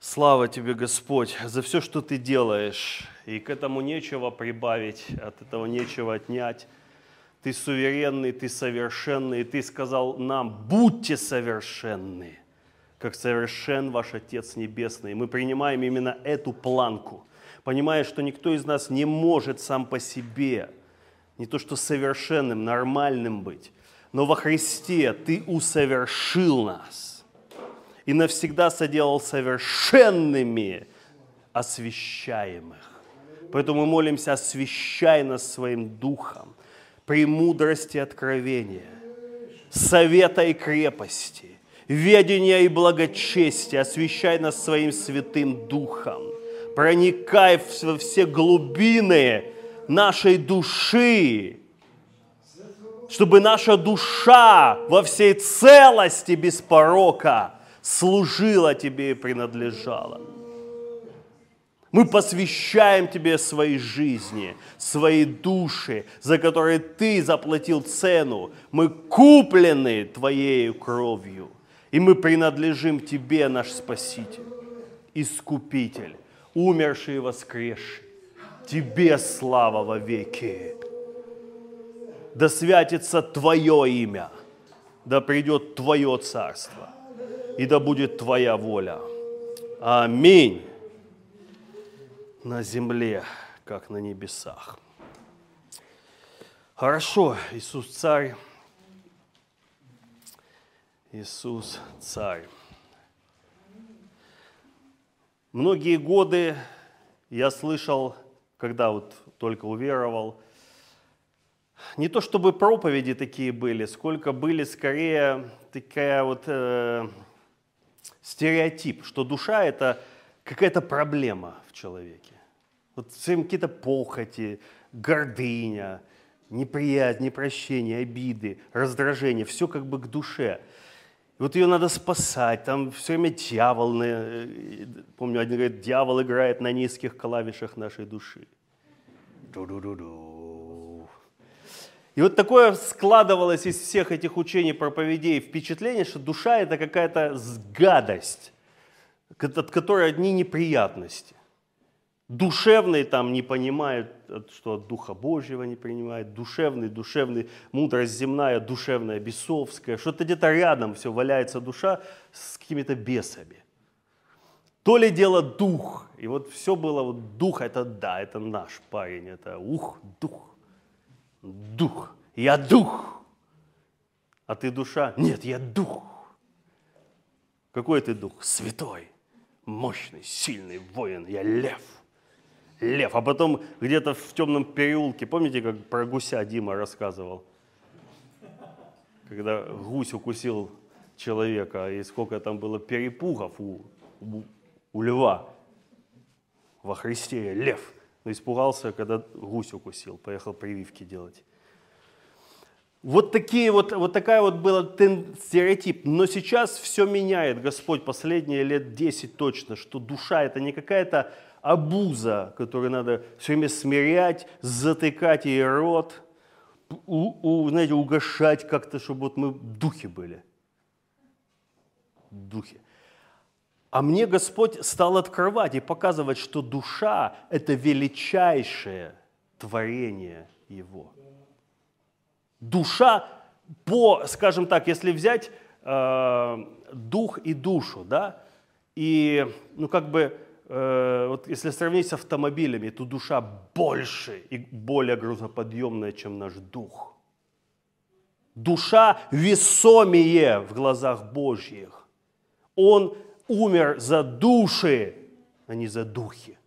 Слава Тебе, Господь, за все, что Ты делаешь. И к этому нечего прибавить, от этого нечего отнять. Ты суверенный, Ты совершенный. И Ты сказал нам: будьте совершенны, как совершен ваш Отец Небесный. И мы принимаем именно эту планку, понимая, что никто из нас не может сам по себе не то что совершенным, нормальным быть, но во Христе Ты усовершил нас и навсегда соделал совершенными освящаемых. Поэтому мы молимся: освящай нас своим духом, премудрости откровения, совета и крепости, ведения и благочестия. Освящай нас своим святым духом. Проникай во все глубины нашей души, чтобы наша душа во всей целости без порока служила Тебе и принадлежала. Мы посвящаем Тебе свои жизни, свои души, за которые Ты заплатил цену. Мы куплены Твоей кровью, и мы принадлежим Тебе, наш Спаситель, Искупитель, умерший и воскресший. Тебе слава во веки. Да святится Твое имя, да придет Твое царство, и да будет Твоя воля. Аминь. На земле, как на небесах. Хорошо, Иисус Царь. Иисус Царь. Многие годы я слышал, когда вот только уверовал, не то чтобы проповеди такие были, сколько были скорее такая вот стереотип, что душа – это какая-то проблема в человеке. Вот все какие-то похоти, гордыня, неприязнь, непрощение, обиды, раздражение, все как бы к душе. И вот ее надо спасать, там все время дьявол, помню, один говорит, дьявол играет на низких клавишах нашей души. Ду-ду-ду-ду. И вот такое складывалось из всех этих учений, проповедей, впечатление, что душа – это какая-то гадость, от которой одни неприятности. Душевный там не понимают, что от Духа Божьего не принимают. Душевный, мудрость земная, душевная, бесовская. Что-то где-то рядом все валяется душа с какими-то бесами. То ли дело дух. И вот все было, вот дух, это да, это наш парень, это дух. Дух. Я дух. А ты душа? Нет, я дух. Какой ты дух? Святой, мощный, сильный воин. Я лев. Лев. А потом где-то в темном переулке, помните, как про гуся Дима рассказывал? Когда гусь укусил человека, и сколько там было перепугов у льва. Во Христе я лев. Но испугался, когда гусь укусил, поехал прививки делать. Вот такая вот была стереотип. Но сейчас все меняет Господь последние лет 10 точно, что душа – это не какая-то обуза, которую надо все время смирять, затыкать ей рот, знаете, угошать как-то, чтобы вот мы духи были. Духи. А мне Господь стал открывать и показывать, что душа – это величайшее творение Его. Душа, скажем так, если взять дух и душу, да, и, вот если сравнить с автомобилями, то душа больше и более грузоподъемная, чем наш дух. Душа весомее в глазах Божьих. Он умер за души, а не за духи.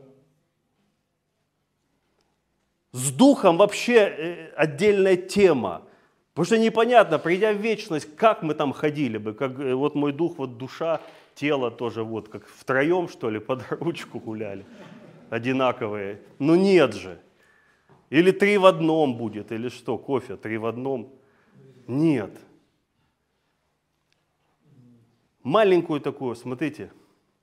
С духом вообще отдельная тема. Потому что непонятно, придя в вечность, как мы там ходили бы. Как вот мой дух, вот душа, тело тоже, вот как втроем, что ли, под ручку гуляли. Одинаковые. Но нет же. Или 3 в одном будет, или что, кофе 3 в одном. Нет. Маленькую такую, смотрите.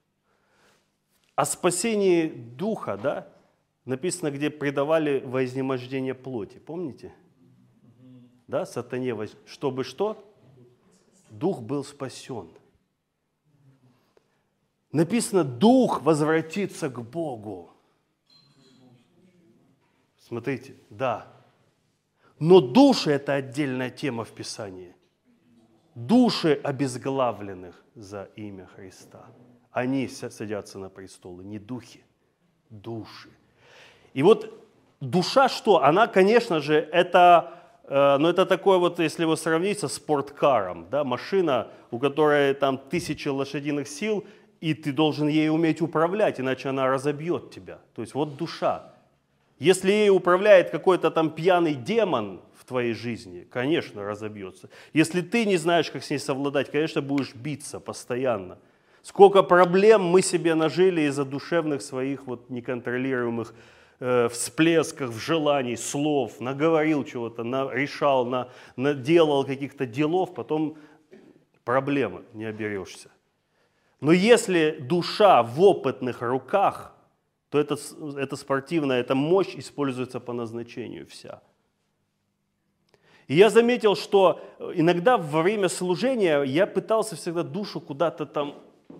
О спасении духа, да? Написано, где предавали во изнемождение плоти. Помните? Да, сатане, чтобы что? Дух был спасен. Написано, дух возвратится к Богу. Смотрите, да. Но души – это отдельная тема в Писании. Души обезглавленных за имя Христа. Они садятся на престолы, не духи, души. И вот душа что? Она, конечно же, это такое вот, если его сравнить со спорткаром, да, машина, у которой там 1000 лошадиных сил, и ты должен ей уметь управлять, иначе она разобьет тебя. То есть вот душа. Если ей управляет какой-то там пьяный демон в твоей жизни, конечно, разобьется. Если ты не знаешь, как с ней совладать, конечно, будешь биться постоянно. Сколько проблем мы себе нажили из-за душевных своих вот неконтролируемых всплесках, в желаний, слов, наговорил чего-то, решал, наделал каких-то делов, потом проблемы, не оберешься. Но если душа в опытных руках, то эта спортивная, эта мощь используется по назначению вся. И я заметил, что иногда во время служения я пытался всегда душу куда-то там,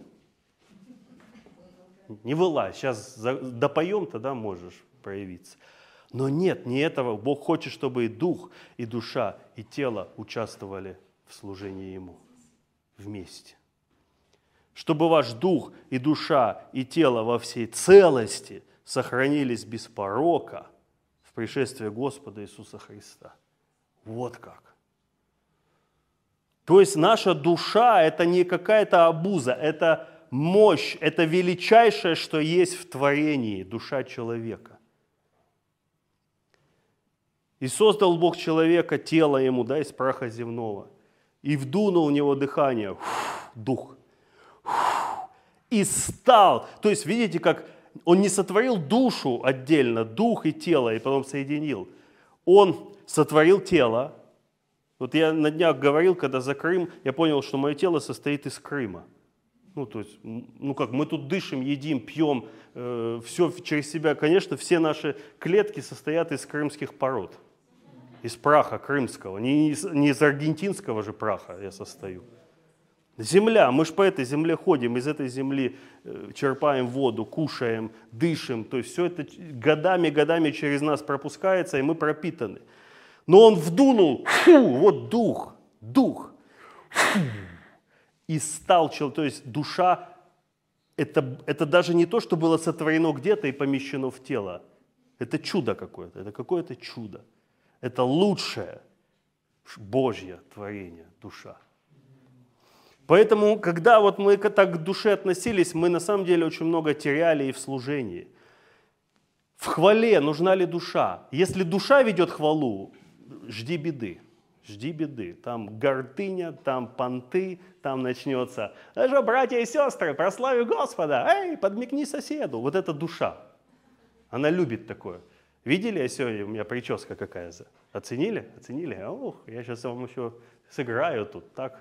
не вылазь, сейчас допоем, тогда можешь проявиться. Но нет, не этого. Бог хочет, чтобы и дух, и душа, и тело участвовали в служении Ему вместе. Чтобы ваш дух и душа и тело во всей целости сохранились без порока в пришествии Господа Иисуса Христа. Вот как. То есть наша душа – это не какая-то обуза, это мощь, это величайшее, что есть в творении, душа человека. И создал Бог человека, тело ему, да, из праха земного, и вдунул в него дыхание, дух. И стал, то есть видите, как он не сотворил душу отдельно, дух и тело, и потом соединил. Он сотворил тело. Вот я на днях говорил, когда за Крым, я понял, что мое тело состоит из Крыма. То есть, как мы тут дышим, едим, пьем, все через себя. Конечно, все наши клетки состоят из крымских пород, из праха крымского, не из аргентинского же праха я состою. Земля, мы же по этой земле ходим, из этой земли черпаем воду, кушаем, дышим. То есть все это годами через нас пропускается, и мы пропитаны. Но он вдунул, вот дух, и стал человеком. То есть душа, это даже не то, что было сотворено где-то и помещено в тело. Это чудо какое-то, это какое-то чудо. Это лучшее Божье творение, душа. Поэтому, когда вот мы так к душе относились, мы на самом деле очень много теряли и в служении. В хвале нужна ли душа? Если душа ведет хвалу, жди беды. Жди беды. Там гордыня, там понты, там начнется. Даже братья и сестры, прослави Господа. Эй, подмигни соседу. Вот это душа. Она любит такое. Видели сегодня у меня прическа какая? Оценили? Оценили? Ух, я сейчас вам еще сыграю тут, так.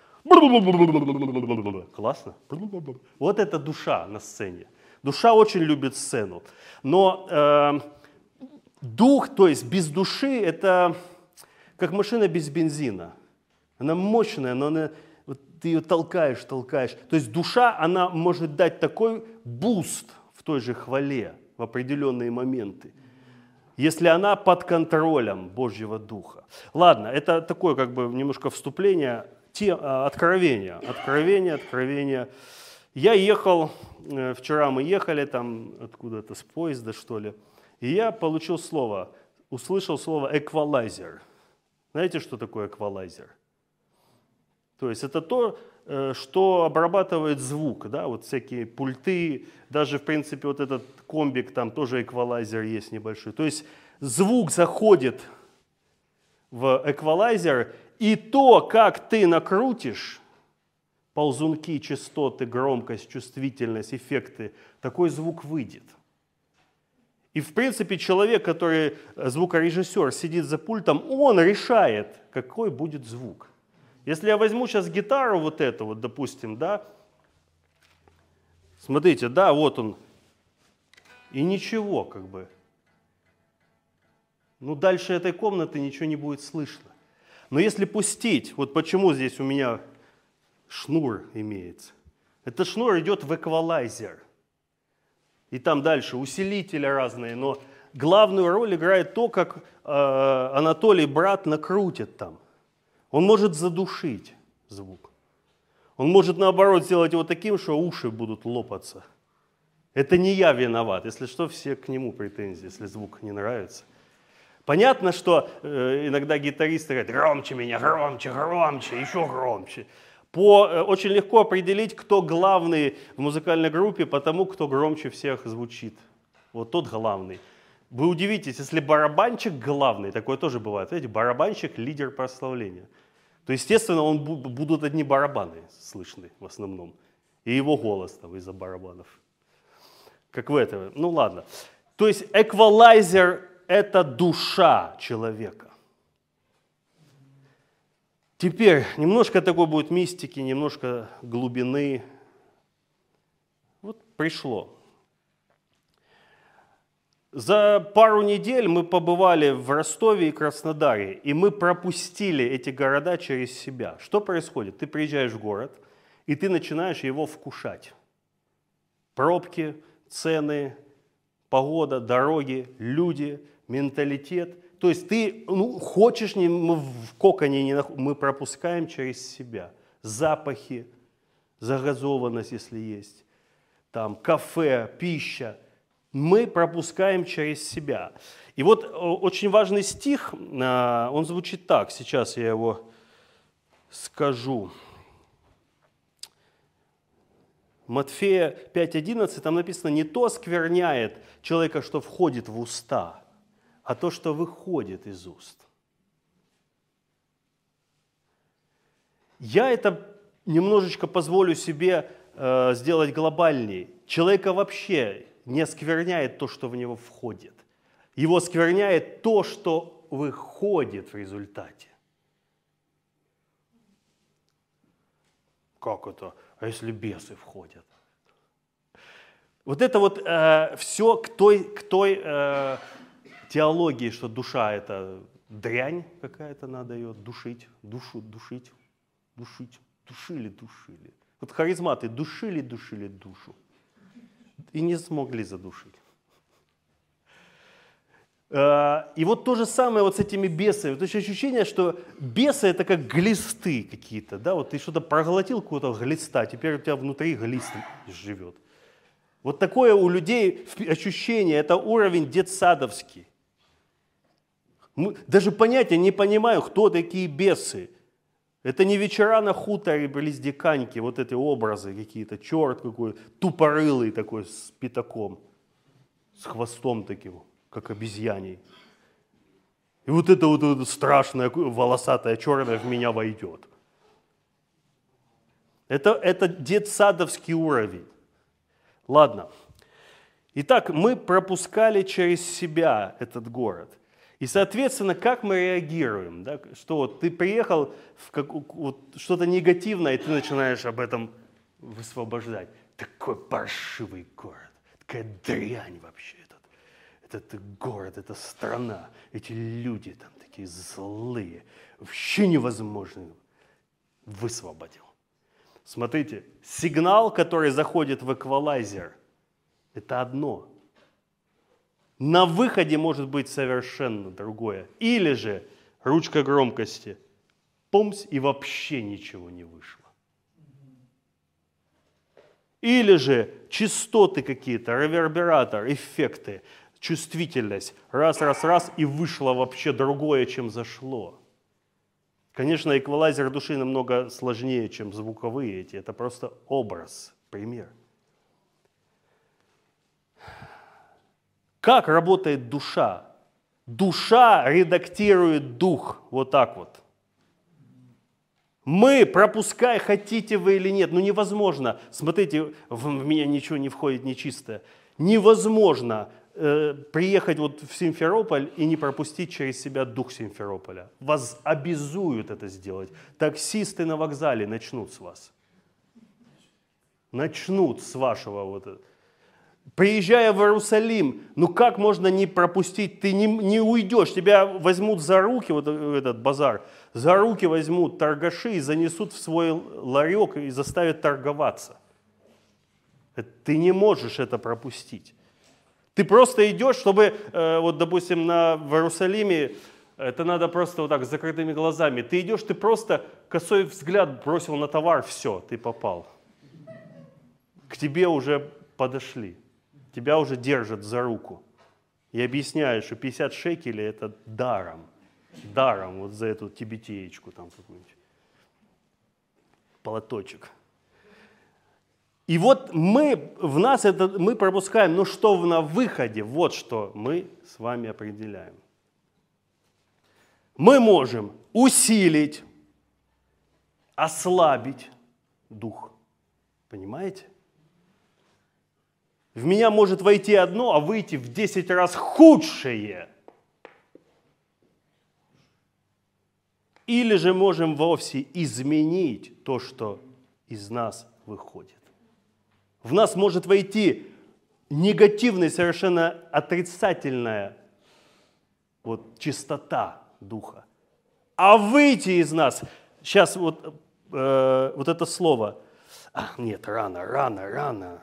Классно. Вот это душа на сцене. Душа очень любит сцену. Но дух, то есть без души, это как машина без бензина. Она мощная, но ты ее толкаешь. То есть душа, она может дать такой буст в той же хвале в определенные моменты, если она под контролем Божьего Духа. Ладно, это такое как бы немножко вступление. Откровение. Я ехал, вчера мы ехали там откуда-то с поезда, что ли, и я получил услышал слово эквалайзер. Знаете, что такое эквалайзер? То есть это то, что обрабатывает звук, да, вот всякие пульты, даже в принципе вот этот комбик, там тоже эквалайзер есть небольшой. То есть звук заходит в эквалайзер, и то, как ты накрутишь ползунки, частоты, громкость, чувствительность, эффекты, такой звук выйдет. И в принципе человек, который звукорежиссер, сидит за пультом, он решает, какой будет звук. Если я возьму сейчас гитару вот эту, вот, допустим, да, смотрите, да, вот он, и ничего как бы. Дальше этой комнаты ничего не будет слышно. Но если пустить, вот почему здесь у меня шнур имеется. Этот шнур идет в эквалайзер. И там дальше усилители разные, но главную роль играет то, как Анатолий Брат накрутит там. Он может задушить звук. Он может, наоборот, сделать его таким, что уши будут лопаться. Это не я виноват. Если что, все к нему претензии, если звук не нравится. Понятно, что иногда гитаристы говорят: громче меня, громче, громче, еще громче. Очень легко определить, кто главный в музыкальной группе, потому кто громче всех звучит. Вот тот главный. Вы удивитесь, если барабанщик главный, такое тоже бывает. Видите, барабанщик — лидер прославления. То, естественно, будут одни барабаны слышны в основном. И его голос там из-за барабанов. Как в этом. Ну ладно. То есть эквалайзер — это душа человека. Теперь немножко такой будет мистики, немножко глубины. Вот пришло. За пару недель мы побывали в Ростове и Краснодаре, и мы пропустили эти города через себя. Что происходит? Ты приезжаешь в город, и ты начинаешь его вкушать. Пробки, цены, погода, дороги, люди, менталитет. То есть ты хочешь, мы в коконе мы пропускаем через себя. Запахи, загазованность, если есть, там кафе, пища. Мы пропускаем через себя. И вот очень важный стих, он звучит так, сейчас я его скажу. Матфея 5:11, там написано: не то оскверняет человека, что входит в уста, а то, что выходит из уст. Я это немножечко позволю себе сделать глобальней. Человека вообще не оскверняет то, что в него входит. Его оскверняет то, что выходит в результате. Как это? А если бесы входят? Вот это вот все к той теологии, что душа — это дрянь какая-то, надо ее душить, душить. Душили. Вот харизматы душили душу и не смогли задушить. И вот то же самое вот с этими бесами. Вот это ощущение, что бесы — это как глисты какие-то. Да? Вот ты что-то проглотил, какого-то глиста, теперь у тебя внутри глист живет. Вот такое у людей ощущение, это уровень детсадовский. Мы даже понятия не понимаю, кто такие бесы. Это не вечера на хуторе близ Диканьки, вот эти образы какие-то, черт какой, тупорылый такой с пятаком, с хвостом таким, как обезьяний. И вот это вот страшное, волосатое, черное в меня войдет. Это детсадовский уровень. Ладно. Итак, мы пропускали через себя этот город. И, соответственно, как мы реагируем? Да? Что вот ты приехал в что-то негативное, и ты начинаешь об этом высвобождать. Такой паршивый город, такая дрянь вообще этот город, эта страна, эти люди там такие злые, вообще невозможно. Высвободил. Смотрите, сигнал, который заходит в эквалайзер, это одно. На выходе может быть совершенно другое. Или же ручка громкости, помс, и вообще ничего не вышло. Или же частоты какие-то, ревербератор, эффекты, чувствительность, раз, и вышло вообще другое, чем зашло. Конечно, эквалайзер души намного сложнее, чем звуковые эти. Это просто образ, пример. Как работает душа? Душа редактирует дух вот так вот. Мы, пропускай, хотите вы или нет, невозможно. Смотрите, в меня ничего не входит нечистое. Невозможно приехать вот в Симферополь и не пропустить через себя дух Симферополя. Вас обязуют это сделать. Таксисты на вокзале начнут с вас. Начнут с вашего вот этого. Приезжая в Иерусалим, как можно не пропустить? Ты не уйдешь, тебя возьмут за руки, вот этот базар, за руки возьмут торгаши и занесут в свой ларек и заставят торговаться. Ты не можешь это пропустить. Ты просто идешь, чтобы, вот, допустим, в Иерусалиме, это надо просто вот так, с закрытыми глазами. Ты идешь, ты просто косой взгляд бросил на товар, все, ты попал. К тебе уже подошли, тебя уже держат за руку. И объясняют, что 50 шекелей это даром. Даром вот за эту тибетеечку там какую-нибудь. Платочек. И вот мы пропускаем, но что на выходе, вот что мы с вами определяем. Мы можем усилить, ослабить дух. Понимаете? В меня может войти одно, а выйти в 10 раз худшее. Или же можем вовсе изменить то, что из нас выходит. В нас может войти негативная, совершенно отрицательная вот, чистота духа. А выйти из нас, сейчас вот это слово, нет, рано.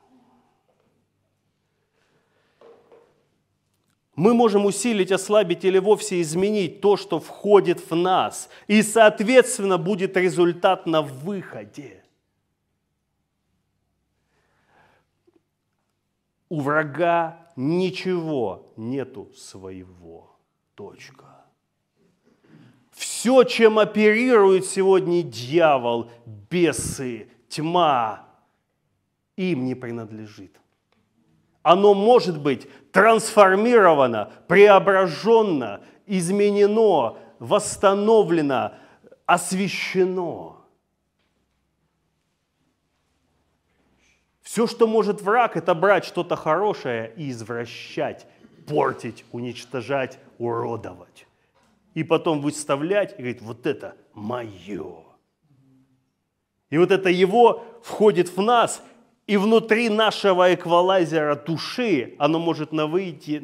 Мы можем усилить, ослабить или вовсе изменить то, что входит в нас. И, соответственно, будет результат на выходе. У врага ничего нету своего. Точка. Все, чем оперирует сегодня дьявол, бесы, тьма, им не принадлежит. Оно может быть трансформировано, преображено, изменено, восстановлено, освящено. Все, что может враг, это брать что-то хорошее и извращать, портить, уничтожать, уродовать. И потом выставлять и говорить, вот это мое. И вот это его входит в нас, и внутри нашего эквалайзера души оно может выйти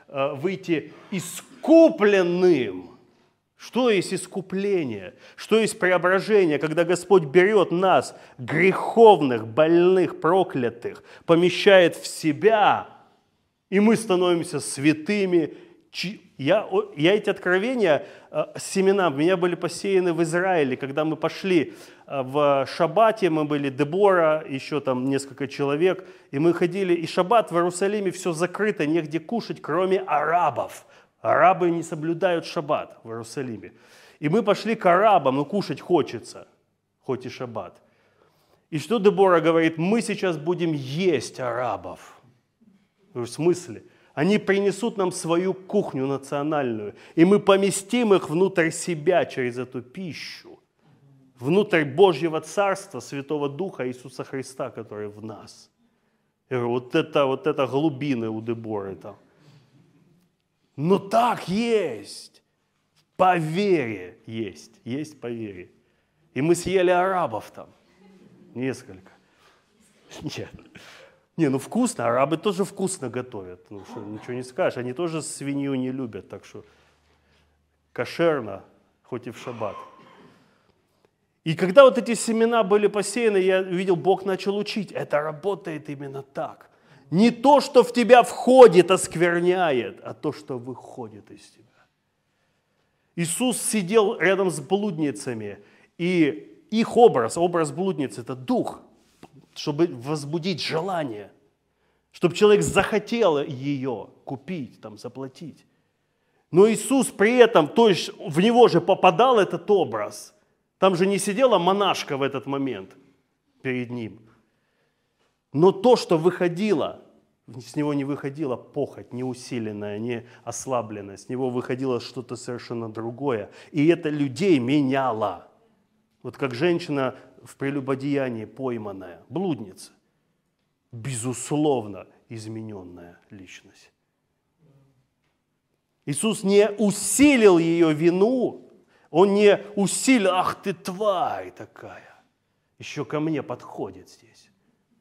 искупленным. Что есть искупление? Что есть преображение, когда Господь берет нас, греховных, больных, проклятых, помещает в себя, и мы становимся святыми. Я эти откровения, семена, у меня были посеяны в Израиле, когда мы пошли в шаббате, мы были Дебора, еще там несколько человек, и мы ходили, и шаббат в Иерусалиме все закрыто, негде кушать, кроме арабов. Арабы не соблюдают шаббат в Иерусалиме. И мы пошли к арабам, но кушать хочется, хоть и шаббат. И что Дебора говорит, мы сейчас будем есть арабов. В смысле? Они принесут нам свою кухню национальную, и мы поместим их внутрь себя через эту пищу, внутрь Божьего Царства, Святого Духа Иисуса Христа, который в нас. Я говорю, вот это глубины у Деборы там. Но так есть. По вере есть по вере. И мы съели арабов там. Несколько. Нет. Ну вкусно, арабы тоже вкусно готовят. Ну что, ничего не скажешь. Они тоже свинью не любят, так что кошерно, хоть и в шаббат. И когда вот эти семена были посеяны, я увидел, Бог начал учить. Это работает именно так. Не то, что в тебя входит, оскверняет, а то, что выходит из тебя. Иисус сидел рядом с блудницами, и их образ блудницы – это дух, чтобы возбудить желание, чтобы человек захотел ее купить, там, заплатить. Но Иисус при этом, то есть в него же попадал этот образ. Там же не сидела монашка в этот момент перед ним. Но то, что выходило, с него не выходила похоть, не усиленная, не ослабленная. С него выходило что-то совершенно другое. И это людей меняло. Вот как женщина в прелюбодеянии пойманная, блудница. Безусловно, измененная личность. Иисус не усилил ее вину, Он не усилил, ах ты тварь такая, еще ко мне подходит здесь.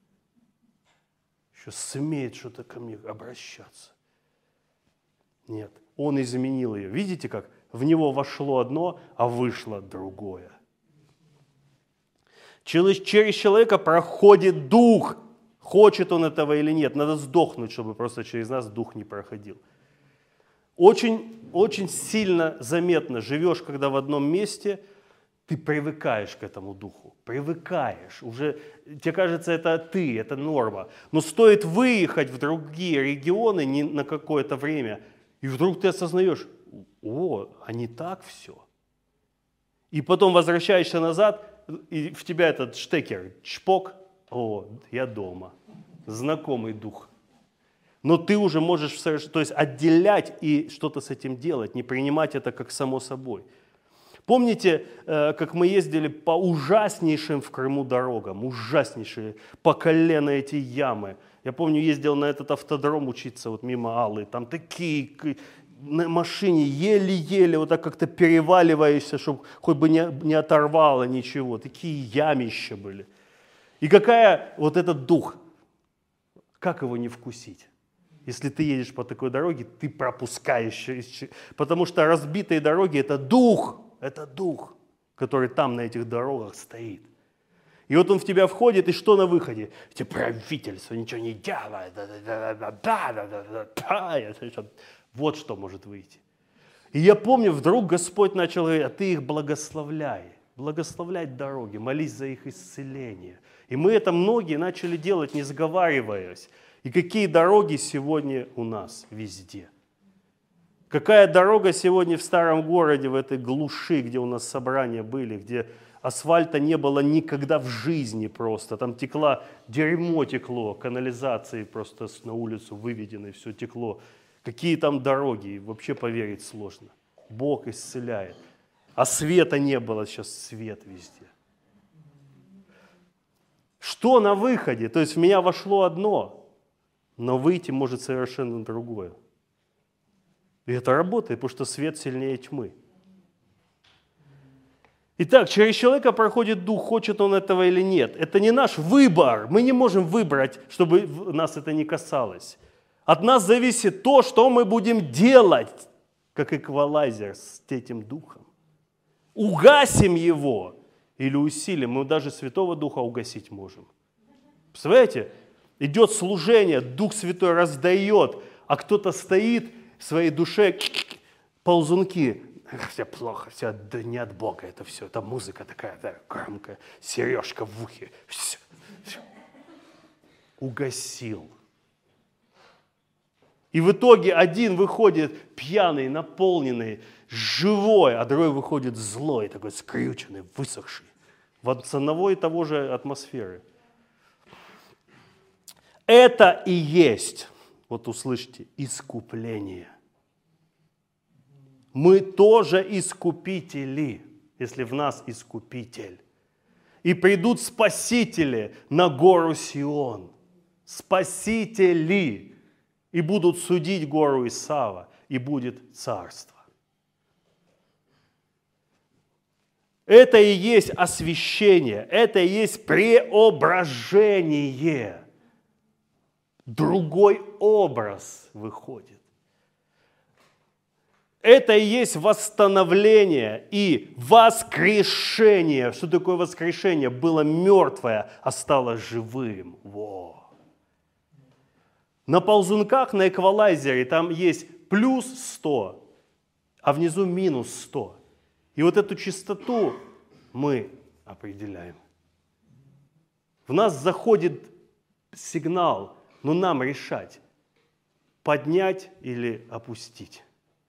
Еще смеет что-то ко мне обращаться. Нет, Он изменил ее. Видите, как в него вошло одно, а вышло другое. Через человека проходит дух, Хочет он этого или нет. Надо сдохнуть, чтобы просто через нас дух не проходил. Очень, очень сильно заметно живешь, когда в одном месте, ты привыкаешь к этому духу. Привыкаешь. Уже тебе кажется, это ты, это норма. Но стоит выехать в другие регионы на какое-то время, и вдруг ты осознаешь, а не так все. И потом возвращаешься назад, и в тебя этот штекер, чпок, я дома. Знакомый дух. Но ты уже можешь, то есть отделять и что-то с этим делать, не принимать это как само собой. Помните, как мы ездили по ужаснейшим в Крыму дорогам, ужаснейшие, по колено эти ямы. Я помню, ездил на этот автодром учиться, вот мимо Аллы, там такие на машине еле-еле вот так как-то переваливаешься, чтобы хоть бы не оторвало ничего. Такие ямища были. И какая вот этот дух, как его не вкусить? Если ты едешь по такой дороге, ты пропускаешь. Потому что разбитые дороги – это дух, который там на этих дорогах стоит. И вот он в тебя входит, и что на выходе? Эти правительства ничего не делают. Вот что может выйти. И я помню, вдруг Господь начал говорить, а ты их благословляй. Благословлять дороги, молись за их исцеление. И мы это многие начали делать, не сговариваясь. И какие дороги сегодня у нас везде? Какая дорога сегодня в старом городе, в этой глуши, где у нас собрания были, где асфальта не было никогда в жизни просто. Там дерьмо текло, канализации просто на улицу выведены, все текло. Какие там дороги, вообще поверить сложно. Бог исцеляет. А света не было, сейчас свет везде. Что на выходе? То есть в меня вошло одно, но выйти может совершенно другое. И это работает, потому что свет сильнее тьмы. Итак, через человека проходит дух, хочет он этого или нет. Это не наш выбор. Мы не можем выбрать, чтобы нас это не касалось. От нас зависит то, что мы будем делать, как эквалайзер с этим духом. Угасим его или усилим. Мы даже Святого Духа угасить можем. Представляете? Идет служение, Дух Святой раздает, а кто-то стоит в своей душе, ползунки. Все плохо, все да не от Бога это все. Это музыка такая громкая, сережка в ухе. Все. Угасил. И в итоге один выходит пьяный, наполненный, живой, а другой выходит злой, такой скрюченный, высохший. С одного и того же атмосферы. Это и есть, вот услышьте, искупление. Мы тоже искупители, если в нас искупитель. И придут спасители на гору Сион. Спасители. И будут судить гору Исава, и будет царство. Это и есть освящение, это и есть преображение. Другой образ выходит. Это и есть восстановление и воскрешение. Что такое воскрешение? Было мертвое, а стало живым. Во. На ползунках, на эквалайзере там есть плюс 100, а внизу минус 100. И вот эту частоту мы определяем. В нас заходит сигнал, но нам решать, поднять или опустить.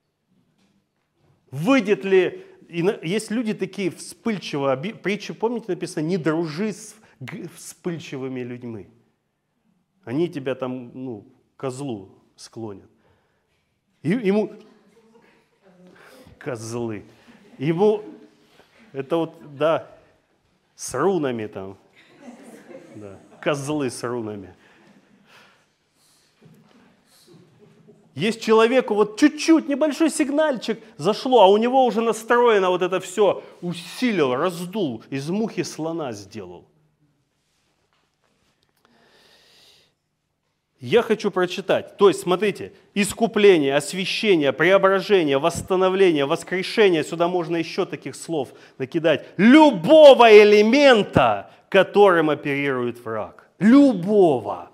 Выйдет ли... Есть люди такие вспыльчивые. Притча, помните, написано, не дружи с вспыльчивыми людьми. Они тебя там, к козлу склонят. Ему... Козлы. Ему... Это вот, да, с рунами там. Да, козлы с рунами. Есть человеку вот чуть-чуть, небольшой сигнальчик зашло, а у него уже настроено вот это все, усилил, раздул, из мухи слона сделал. Я хочу прочитать. То есть, смотрите, искупление, освящение, преображение, восстановление, воскрешение. Сюда можно еще таких слов накидать. Любого элемента, которым оперирует враг. Любого.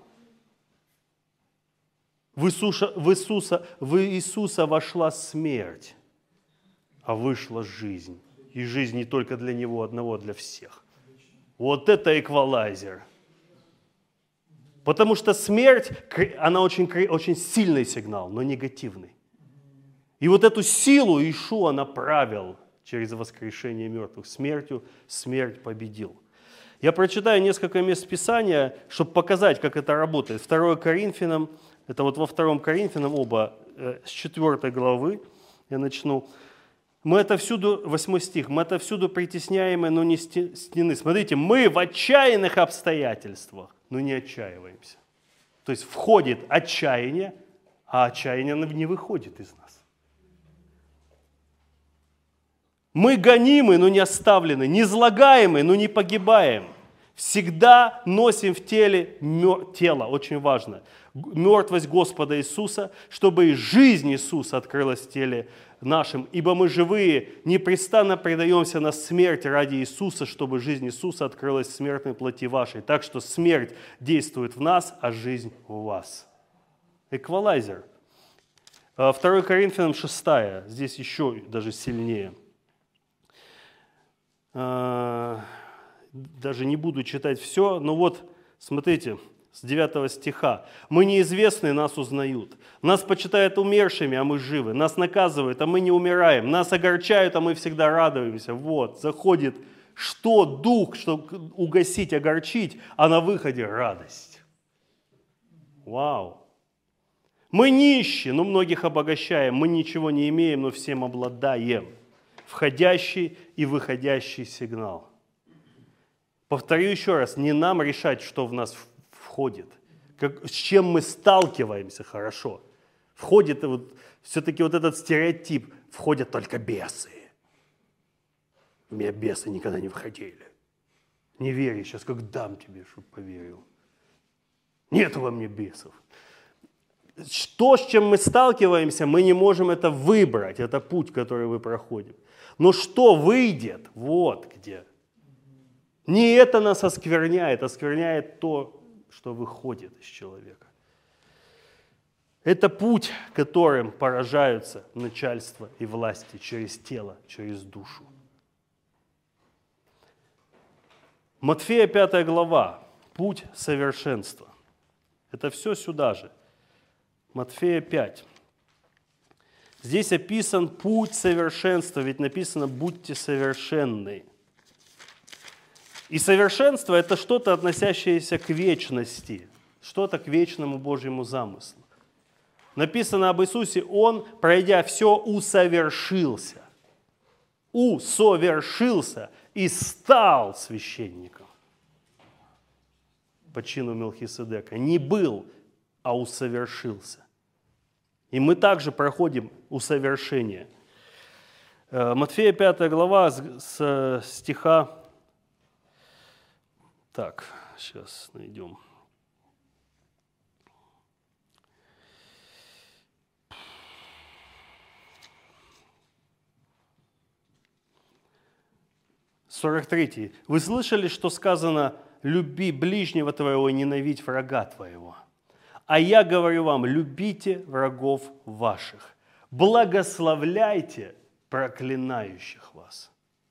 В Иисуса вошла смерть, а вышла жизнь. И жизнь не только для Него одного, а для всех. Вот это эквалайзер. Потому что смерть, она очень сильный сигнал, но негативный. И вот эту силу Иешуа направил через воскрешение мертвых. Смертью смерть победил. Я прочитаю несколько мест Писания, чтобы показать, как это работает. 2 Коринфянам, это вот во 2 Коринфянам оба, с 4 главы я начну. Мы отовсюду, 8 стих, мы отовсюду притесняемы, но не стеснены. Смотрите, мы в отчаянных обстоятельствах, но не отчаиваемся. То есть входит отчаяние, а отчаяние не выходит из нас. Мы гонимы, но не оставлены, не излагаемы, но не погибаем. Всегда носим в теле тело, очень важно, мертвость Господа Иисуса, чтобы и жизнь Иисуса открылась в теле нашим. Ибо мы живые, непрестанно предаемся на смерть ради Иисуса, чтобы жизнь Иисуса открылась в смертной плоти вашей. Так что смерть действует в нас, а жизнь в вас. Эквалайзер. 2 Коринфянам 6, здесь еще даже сильнее. Даже не буду читать все, но вот, смотрите, с 9 стиха. «Мы неизвестны, нас узнают. Нас почитают умершими, а мы живы. Нас наказывают, а мы не умираем. Нас огорчают, а мы всегда радуемся». Вот, заходит что? Дух, чтобы угасить, огорчить, а на выходе радость. Вау! Мы нищие, но многих обогащаем. Мы ничего не имеем, но всем обладаем. Входящий и выходящий сигнал. Повторю еще раз, не нам решать, что в нас входит, с чем мы сталкиваемся хорошо. Входит все-таки вот этот стереотип, входят только бесы. У меня бесы никогда не входили. Не верь, сейчас как дам тебе, чтобы поверил. Нет во мне бесов. То, с чем мы сталкиваемся, мы не можем это выбрать, это путь, который мы проходим. Но что выйдет, вот где. Не это нас оскверняет, оскверняет то, что выходит из человека. Это путь, которым поражаются начальство и власти через тело, через душу. Матфея 5 глава, путь совершенства. Это все сюда же. Матфея 5. Здесь описан путь совершенства, ведь написано «будьте совершенны». И совершенство – это что-то, относящееся к вечности, что-то к вечному Божьему замыслу. Написано об Иисусе, Он, пройдя все, усовершился. Усовершился и стал священником по чину Мелхиседека. Не был, а усовершился. И мы также проходим усовершение. Матфея 5 глава с стиха... Так, сейчас найдем. С 43. Вы слышали, что сказано: люби ближнего твоего и ненавидь врага твоего. А я говорю вам, любите врагов ваших, благословляйте проклинающих вас.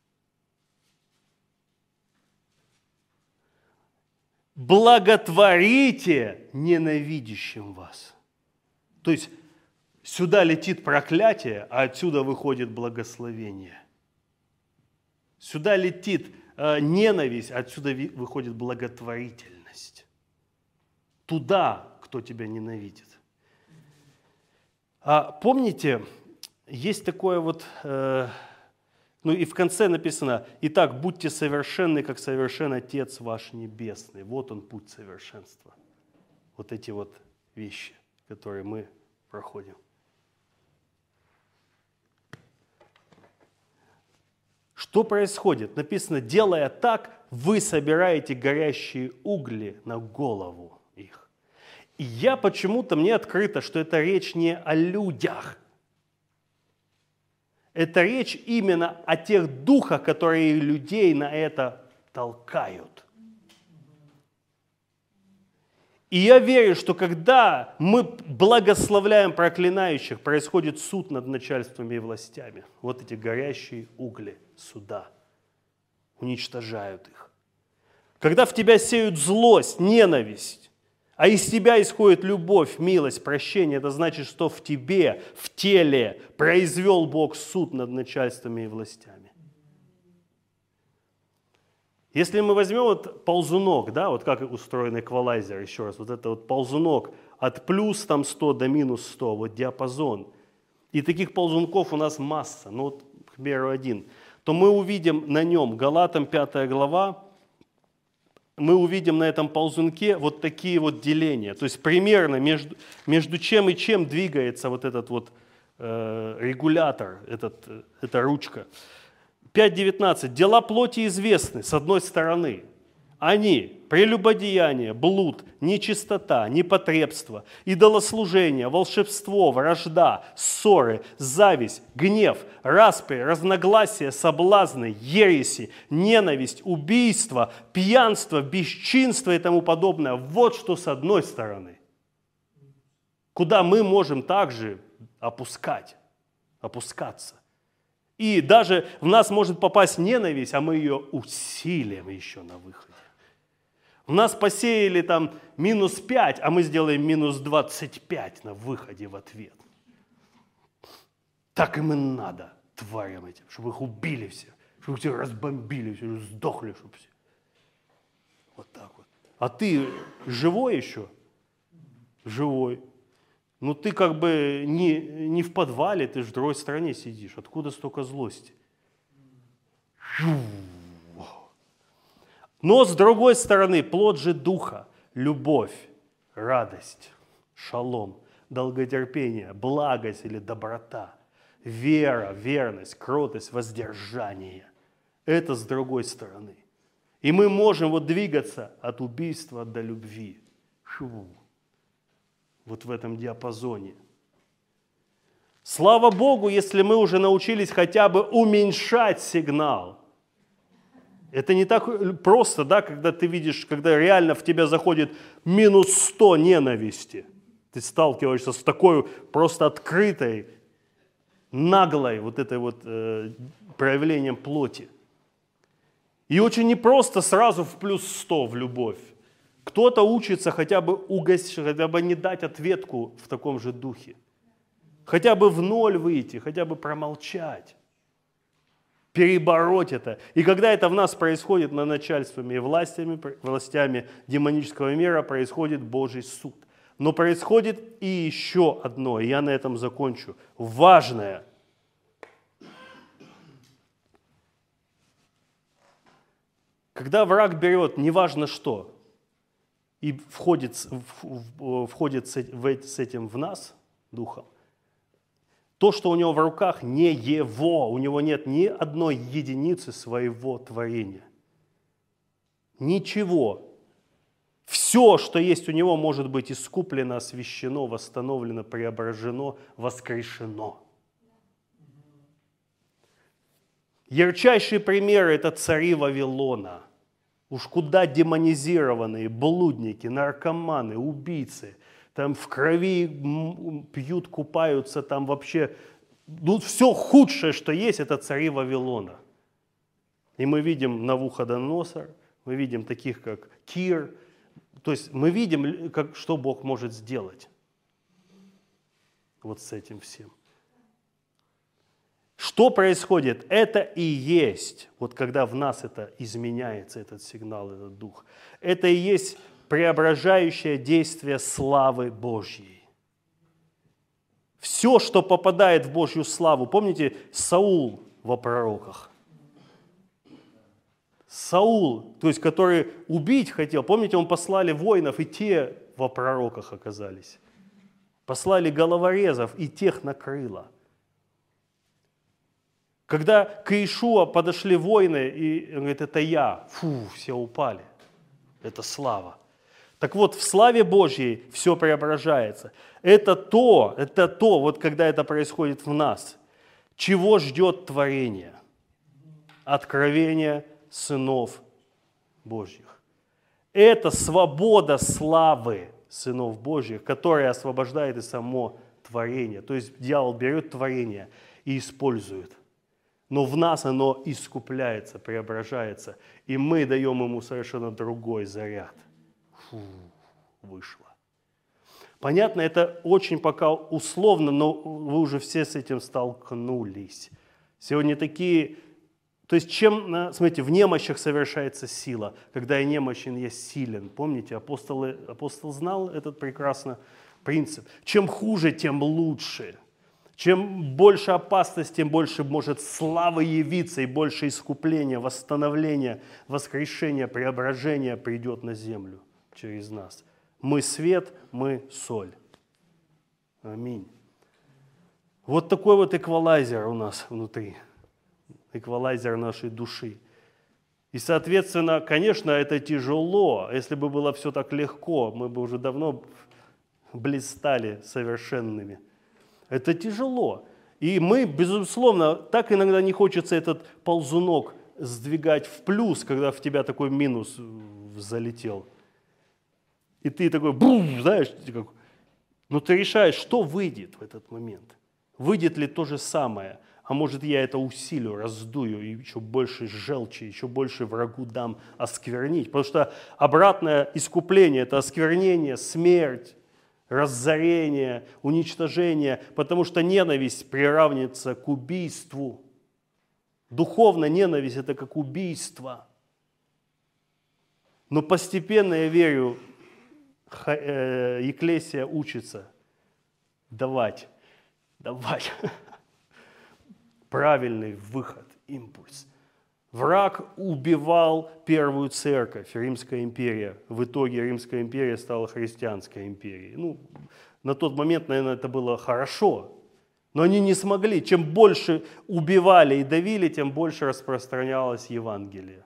Благотворите ненавидящим вас. То есть сюда летит проклятие, а отсюда выходит благословение. Сюда летит ненависть, а отсюда выходит благотворительность. Туда, кто тебя ненавидит. Помните, есть такое вот... Ну и в конце написано: «Итак, будьте совершенны, как совершен Отец ваш Небесный». Вот он, путь совершенства. Вот эти вот вещи, которые мы проходим. Что происходит? Написано: делая так, вы собираете горящие угли на голову их. И я почему-то, мне открыто, что это речь не о людях. Это речь именно о тех духах, которые людей на это толкают. И я верю, что когда мы благословляем проклинающих, происходит суд над начальствами и властями. Вот эти горящие угли суда уничтожают их. Когда в тебя сеют злость, ненависть, а из тебя исходит любовь, милость, прощение, это значит, что в тебе, в теле произвел Бог суд над начальствами и властями. Если мы возьмем вот ползунок, да, вот как устроен эквалайзер, еще раз, вот это вот ползунок от плюс там 100 до минус 100, вот диапазон, и таких ползунков у нас масса, ну вот, к примеру, один, то мы увидим на нем, Галатам 5 глава, мы увидим на этом ползунке вот такие вот деления. То есть примерно между чем и чем двигается вот этот вот регулятор, эта ручка. 5.19. Дела плоти известны, с одной стороны. Они – прелюбодеяние, блуд, нечистота, непотребство, идолослужение, волшебство, вражда, ссоры, зависть, гнев, распри, разногласия, соблазны, ереси, ненависть, убийство, пьянство, бесчинство и тому подобное. Вот что с одной стороны. Куда мы можем также опускаться. И даже в нас может попасть ненависть, а мы ее усилим еще на выходе. У нас посеяли там минус 5, а мы сделаем минус 25 на выходе в ответ. Так им и надо, тварям этим, чтобы их убили все, чтобы их все разбомбили, все, сдохли, чтобы все. Вот так вот. А ты живой еще? Живой. Ну ты как бы не в подвале, ты же в другой стране сидишь. Откуда столько злости? Но с другой стороны, плод же духа, любовь, радость, шалом, долготерпение, благость или доброта, вера, верность, кротость, воздержание. Это с другой стороны. И мы можем вот двигаться от убийства до любви. Вот в этом диапазоне. Слава Богу, если мы уже научились хотя бы уменьшать сигнал. Это не так просто, да, когда ты видишь, когда реально в тебя заходит минус 100 ненависти. Ты сталкиваешься с такой просто открытой, наглой вот этой вот проявлением плоти. И очень непросто сразу в плюс 100 в любовь. Кто-то учится хотя бы хотя бы не дать ответку в таком же духе. Хотя бы в ноль выйти, хотя бы промолчать. Перебороть это. И когда это в нас происходит над начальствами и властями демонического мира, происходит Божий суд. Но происходит и еще одно, и я на этом закончу, важное. Когда враг берет неважно что, и входит с этим в нас, духом, то, что у него в руках, не его, у него нет ни одной единицы своего творения. Ничего. Все, что есть у него, может быть искуплено, освящено, восстановлено, преображено, воскрешено. Ярчайший пример – это цари Вавилона. Уж куда демонизированные блудники, наркоманы, убийцы, там в крови пьют, купаются, там вообще, ну, все худшее, что есть, это цари Вавилона. И мы видим Навуходоносор, мы видим таких, как Кир, то есть мы видим, что Бог может сделать вот с этим всем. Что происходит? Это и есть, вот когда в нас это изменяется, этот сигнал, этот дух, это и есть преображающее действие славы Божьей. Все, что попадает в Божью славу, помните Саул во пророках? Саул, то есть который убить хотел, помните, он послали воинов, и те во пророках оказались. Послали головорезов, и тех накрыло. Когда к Иешуа подошли воины, и он говорит, это я, все упали, это слава. Так вот, в славе Божьей все преображается. Это то, вот когда это происходит в нас, чего ждет творение? Откровение сынов Божьих. Это свобода славы сынов Божьих, который освобождает и само творение. То есть дьявол берет творение и использует. Но в нас оно искупляется, преображается. И мы даем ему совершенно другой заряд. Вышло. Понятно, это очень пока условно, но вы уже все с этим столкнулись. Сегодня такие... То есть смотрите, в немощах совершается сила. Когда я немощен, я силен. Помните, апостол знал этот прекрасный принцип. Чем хуже, тем лучше. Чем больше опасность, тем больше может славы явиться, и больше искупления, восстановления, воскрешения, преображения придет на землю через нас. Мы свет, мы соль. Аминь. Вот такой вот эквалайзер у нас внутри. Эквалайзер нашей души. И, соответственно, конечно, это тяжело. Если бы было все так легко, мы бы уже давно блистали совершенными. Это тяжело. И мы, безусловно, так иногда не хочется этот ползунок сдвигать в плюс, когда в тебя такой минус залетел. И ты такой, бум, знаешь, но ты решаешь, что выйдет в этот момент. Выйдет ли то же самое? А может, я это усилю, раздую, и еще больше желчи, еще больше врагу дам осквернить. Потому что обратное искупление – это осквернение, смерть, разорение, уничтожение. Потому что ненависть приравнивается к убийству. Духовная ненависть – это как убийство. Но постепенно, я верю, Екклесия учится давать правильный выход, импульс. Враг убивал первую церковь, Римская империя. В итоге Римская империя стала христианской империей. На тот момент, наверное, это было хорошо, но они не смогли. Чем больше убивали и давили, тем больше распространялось Евангелие.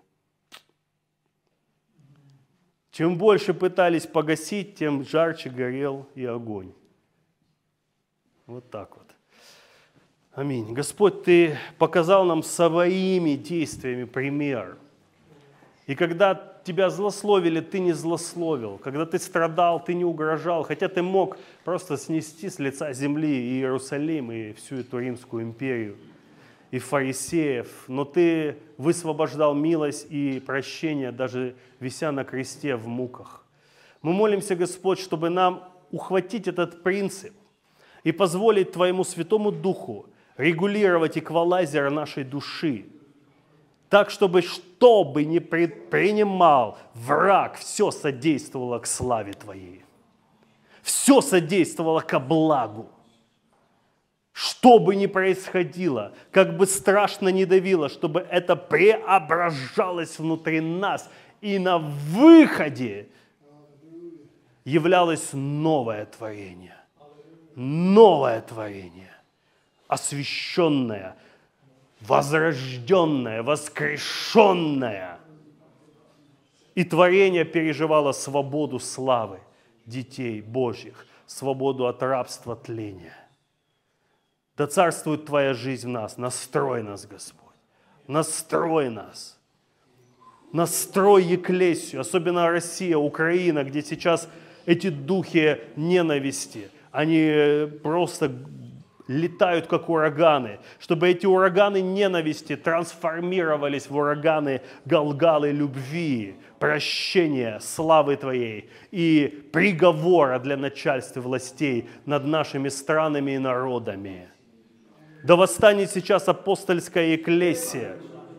Чем больше пытались погасить, тем жарче горел и огонь. Вот так вот. Аминь. Господь, Ты показал нам своими действиями пример. И когда Тебя злословили, Ты не злословил. Когда Ты страдал, Ты не угрожал. Хотя Ты мог просто снести с лица земли и Иерусалим, и всю эту Римскую империю, и фарисеев. Но Ты высвобождал милость и прощение, даже вися на кресте в муках. Мы молимся, Господь, чтобы нам ухватить этот принцип и позволить Твоему Святому Духу регулировать эквалайзер нашей души, так, чтобы что бы ни предпринимал враг, все содействовало к славе Твоей, все содействовало ко благу. Что бы ни происходило, как бы страшно ни давило, чтобы это преображалось внутри нас, и на выходе являлось новое творение. Новое творение, освященное, возрожденное, воскрешенное. И творение переживало свободу славы детей Божьих, свободу от рабства тления. Да царствует Твоя жизнь в нас. Настрой нас, Господь. Настрой нас. Настрой Екклесию, особенно Россия, Украина, где сейчас эти духи ненависти, они просто летают, как ураганы. Чтобы эти ураганы ненависти трансформировались в ураганы Галгалы любви, прощения, славы Твоей и приговора для начальства властей над нашими странами и народами. Да восстанет сейчас апостольская Екклесия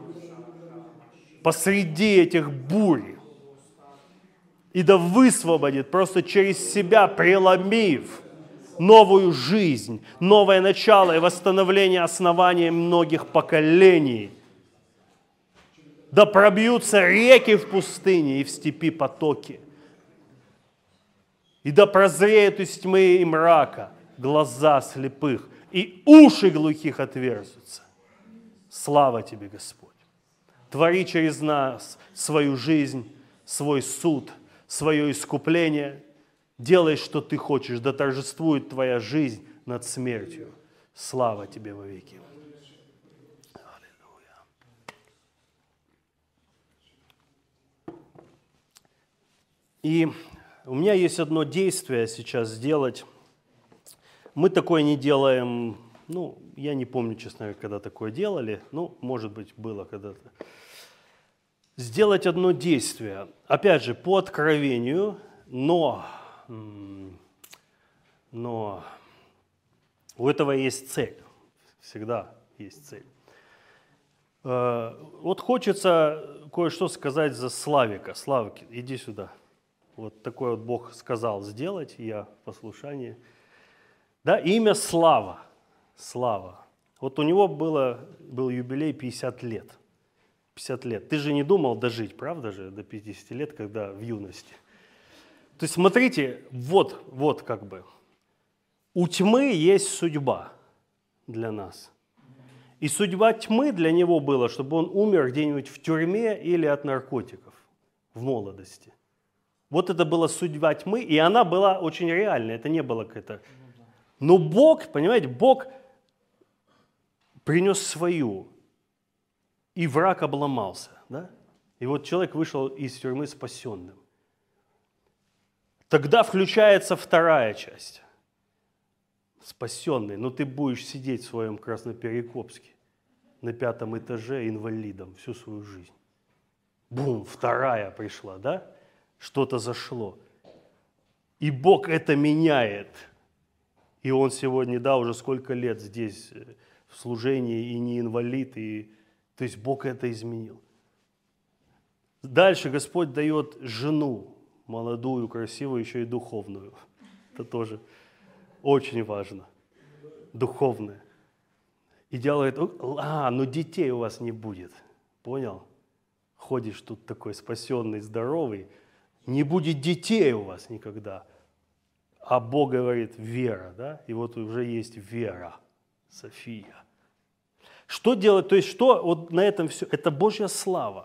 посреди этих бурь, и да высвободит, просто через себя преломив новую жизнь, новое начало и восстановление оснований многих поколений. Да пробьются реки в пустыне и в степи потоки. И да прозреют из тьмы и мрака глаза слепых, и уши глухих отверзутся. Слава Тебе, Господь! Твори через нас свою жизнь, свой суд, свое искупление. Делай, что Ты хочешь, да торжествует Твоя жизнь над смертью. Слава Тебе вовеки. Аллилуйя. И у меня есть одно действие сейчас сделать. Мы такое не делаем, ну, я не помню, честно говоря, когда такое делали, ну, может быть, было когда-то. Сделать одно действие, опять же, по откровению, но у этого есть цель, всегда есть цель. Вот хочется кое-что сказать за Славика. Славик, иди сюда. Вот такой вот Бог сказал сделать, я в послушании. Да, имя Слава. Слава. Вот у него был юбилей 50 лет. 50 лет. Ты же не думал дожить, правда же, до 50 лет, когда в юности. То есть смотрите, вот как бы. У тьмы есть судьба для нас. И судьба тьмы для него была, чтобы он умер где-нибудь в тюрьме или от наркотиков в молодости. Вот это была судьба тьмы, и она была очень реальная, это не было какое-то... Но Бог, понимаете, Бог принес свою, и враг обломался, да? И вот человек вышел из тюрьмы спасенным. Тогда включается вторая часть. Спасенный, но ты будешь сидеть в своем Красноперекопске на 5-м этаже инвалидом всю свою жизнь. Бум, вторая пришла, да? Что-то зашло. И Бог это меняет. И он сегодня, да, уже сколько лет здесь в служении и не инвалид. То есть Бог это изменил. Дальше Господь дает жену, молодую, красивую, еще и духовную. Это тоже очень важно. Духовное. И делает, но детей у вас не будет. Понял? Ходишь тут такой спасенный, здоровый. Не будет детей у вас никогда. А Бог говорит, вера, да? И вот уже есть вера, София. Что делать? То есть что вот на этом все? Это Божья слава.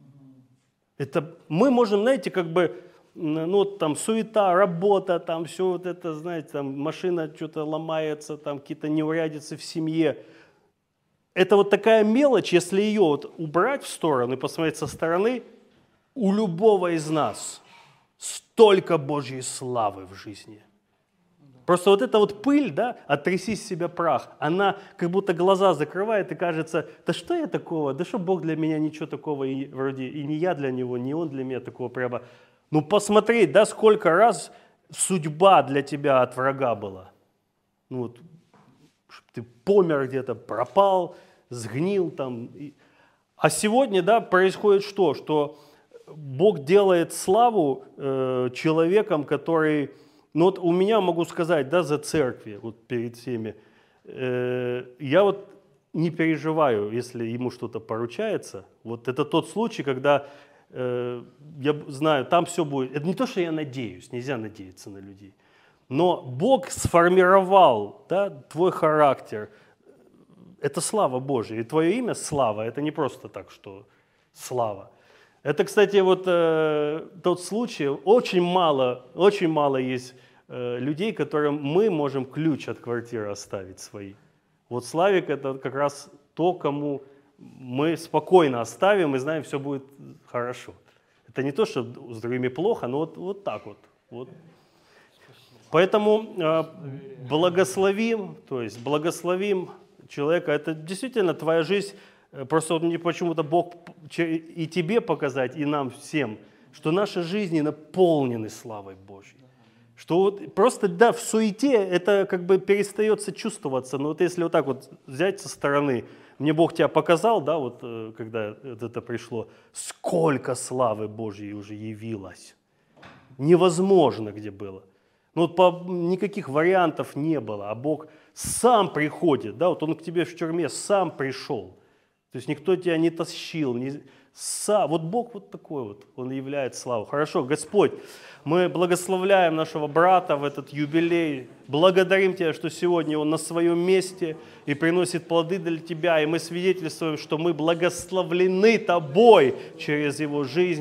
Это мы можем, знаете, как бы, ну, там суета, работа, там все вот это, знаете, там машина что-то ломается, там какие-то неурядицы в семье. Это вот такая мелочь, если ее вот убрать в сторону и посмотреть со стороны, у любого из нас столько Божьей славы в жизни. Просто вот эта вот пыль, да, отряси с себя прах, она как будто глаза закрывает и кажется, да что я такого, да что Бог для меня ничего такого, и вроде и не я для Него, не Он для меня такого прямо. Ну посмотреть, да, сколько раз судьба для тебя от врага была. Ну вот, ты помер где-то, пропал, сгнил там. А сегодня, да, происходит что? Что Бог делает славу человеком, который... Ну вот у меня, могу сказать, да, за церкви, вот перед всеми, я вот не переживаю, если ему что-то поручается. Вот это тот случай, когда я знаю, там все будет. Это не то, что я надеюсь, нельзя надеяться на людей. Но Бог сформировал, да, твой характер. Это слава Божья. И твое имя слава, это не просто так, что слава. Это, кстати, вот тот случай, очень мало есть людей, которым мы можем ключ от квартиры оставить свои. Вот Славик это как раз то, кому мы спокойно оставим и знаем, все будет хорошо. Это не то, что с другими плохо, но вот так вот. Поэтому благословим человека. Это действительно твоя жизнь. Просто вот мне почему-то Бог и тебе показать, и нам всем, что наши жизни наполнены славой Божьей. Что вот просто, да, в суете это как бы перестается чувствоваться. Но вот если вот так вот взять со стороны, мне Бог тебя показал, да, вот когда это пришло, сколько славы Божьей уже явилось. Невозможно где было. Ну вот никаких вариантов не было, а Бог сам приходит, да, вот Он к тебе в тюрьме сам пришел. То есть никто тебя не тащил. Вот Бог вот такой вот, Он являет славу. Хорошо, Господь, мы благословляем нашего брата в этот юбилей. Благодарим Тебя, что сегодня он на своем месте и приносит плоды для Тебя. И мы свидетельствуем, что мы благословлены Тобой через его жизнь.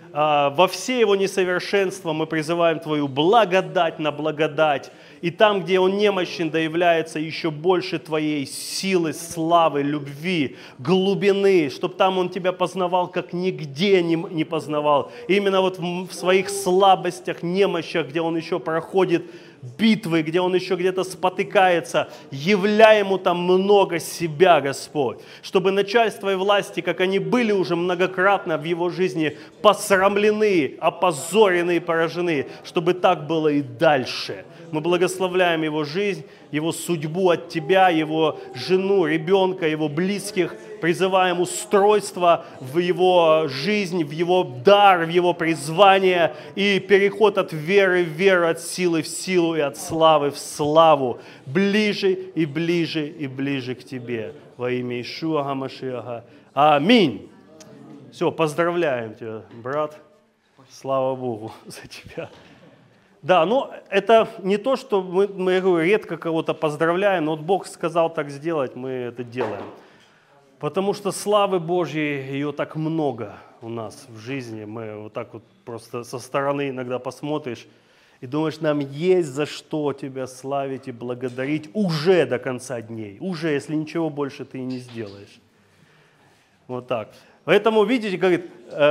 во все Его несовершенства мы призываем Твою благодать на благодать. И там, где Он немощен, да является еще больше Твоей силы, славы, любви, глубины, чтобы там Он Тебя познавал, как нигде не познавал. И именно вот в своих слабостях, немощах, где Он еще проходит битвы, где он еще где-то спотыкается, являй ему там много себя, Господь, чтобы начальство и власти, как они были уже многократно в его жизни посрамлены, опозорены и поражены, чтобы так было и дальше. Мы благословляем его жизнь, его судьбу от Тебя, его жену, ребенка, его близких, призываем устройство в его жизнь, в его дар, в его призвание и переход от веры в веру, от силы в силу и от славы в славу, ближе и ближе и ближе к Тебе. Во имя Иешуа ха-Машиаха. Аминь. Все, поздравляем тебя, брат. Слава Богу за тебя. Да, но это не то, что мы я говорю, редко кого-то поздравляем, но вот Бог сказал так сделать, мы это делаем. Потому что славы Божьей, ее так много у нас в жизни. Мы вот так вот просто со стороны иногда посмотришь и думаешь, нам есть за что Тебя славить и благодарить уже до конца дней. Уже, если ничего больше ты и не сделаешь. Вот так. Поэтому, видите, говорит,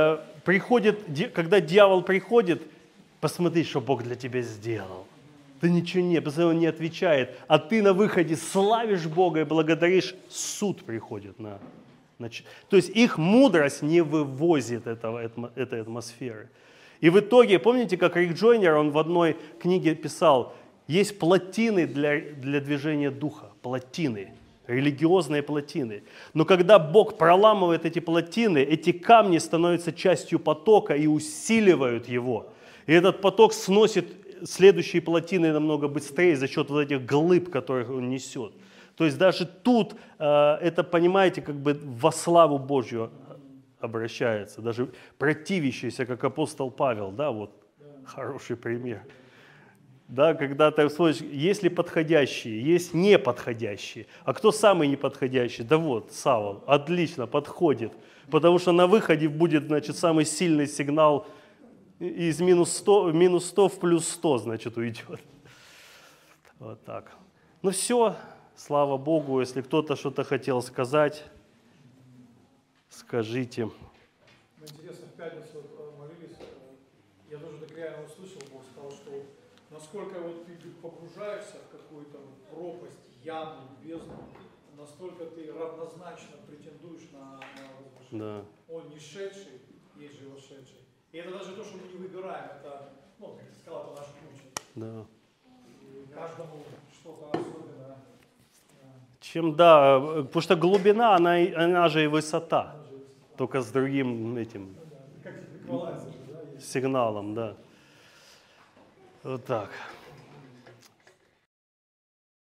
когда дьявол приходит, посмотри, что Бог для тебя сделал. Ты ничего не, потому что Он не отвечает. А ты на выходе славишь Бога и благодаришь, суд приходит То есть их мудрость не вывозит этой атмосферы. И в итоге, помните, как Рик Джойнер, он в одной книге писал, есть плотины для движения духа, плотины, религиозные плотины. Но когда Бог проламывает эти плотины, эти камни становятся частью потока и усиливают его. И этот поток сносит следующие плотины намного быстрее за счет вот этих глыб, которых он несет. То есть даже тут это, понимаете, как бы во славу Божью обращается. Даже противящийся, как апостол Павел, да, вот хороший пример. Да, когда ты смотришь, есть ли подходящие, есть неподходящие. А кто самый неподходящий? Да вот, Савл, отлично, подходит. Потому что на выходе будет, значит, самый сильный сигнал из минус 100 в плюс 100, значит, уйдет. Вот так. Ну все, слава Богу. Если кто-то что-то хотел сказать, скажите. Интересно, в пятницу молились, я тоже так реально услышал, Бог сказал, что насколько вот ты погружаешься в какую-то пропасть, яму, бездну, настолько ты равнозначно претендуешь на возвышение. Да. Он не шедший, есть же его шедший. И это даже то, что мы не выбираем, это, ну, как ты сказал, это наш путь. Да. И каждому что-то особенное. Чем, да, потому что глубина, она же и высота, только с другим этим сигналом, да. Вот так.